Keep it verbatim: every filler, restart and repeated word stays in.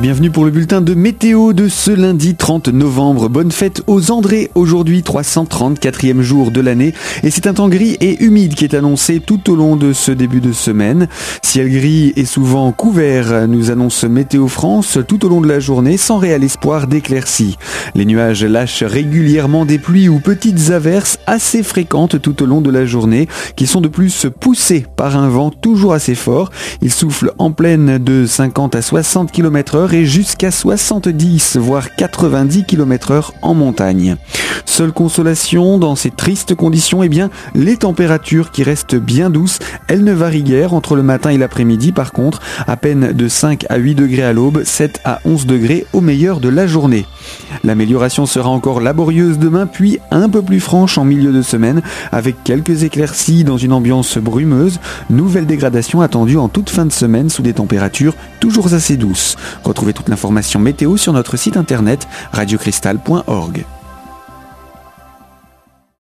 bienvenue pour le bulletin de météo de ce lundi trente novembre. Bonne fête aux Andrés, aujourd'hui trois cent trente-quatrième jour de l'année, et c'est un temps gris et humide qui est annoncé tout au long de ce début de semaine. Ciel gris et souvent couvert, nous annonce Météo France tout au long de la journée, sans réel espoir d'éclaircies. Les nuages lâchent régulièrement des pluies ou petites averses assez fréquentes tout au long de la journée, qui sont de plus poussées par un vent toujours assez fort. Il souffle en pleine de cinquante à soixante kilomètres heure et jusqu'à soixante-dix voire quatre-vingt-dix kilomètres heure en montagne. Seule consolation dans ces tristes conditions, eh bien, les températures qui restent bien douces, elles ne varient guère entre le matin et l'après-midi. Par contre, à peine de cinq à huit degrés à l'aube, sept à onze degrés au meilleur de la journée. L'amélioration sera encore laborieuse demain, puis un peu plus franche en milieu de semaine, avec quelques éclaircies dans une ambiance brumeuse. Nouvelle dégradation attendue en toute fin de semaine sous des températures toujours assez douces. Retrouvez toute l'information météo sur notre site internet radio cristal point org.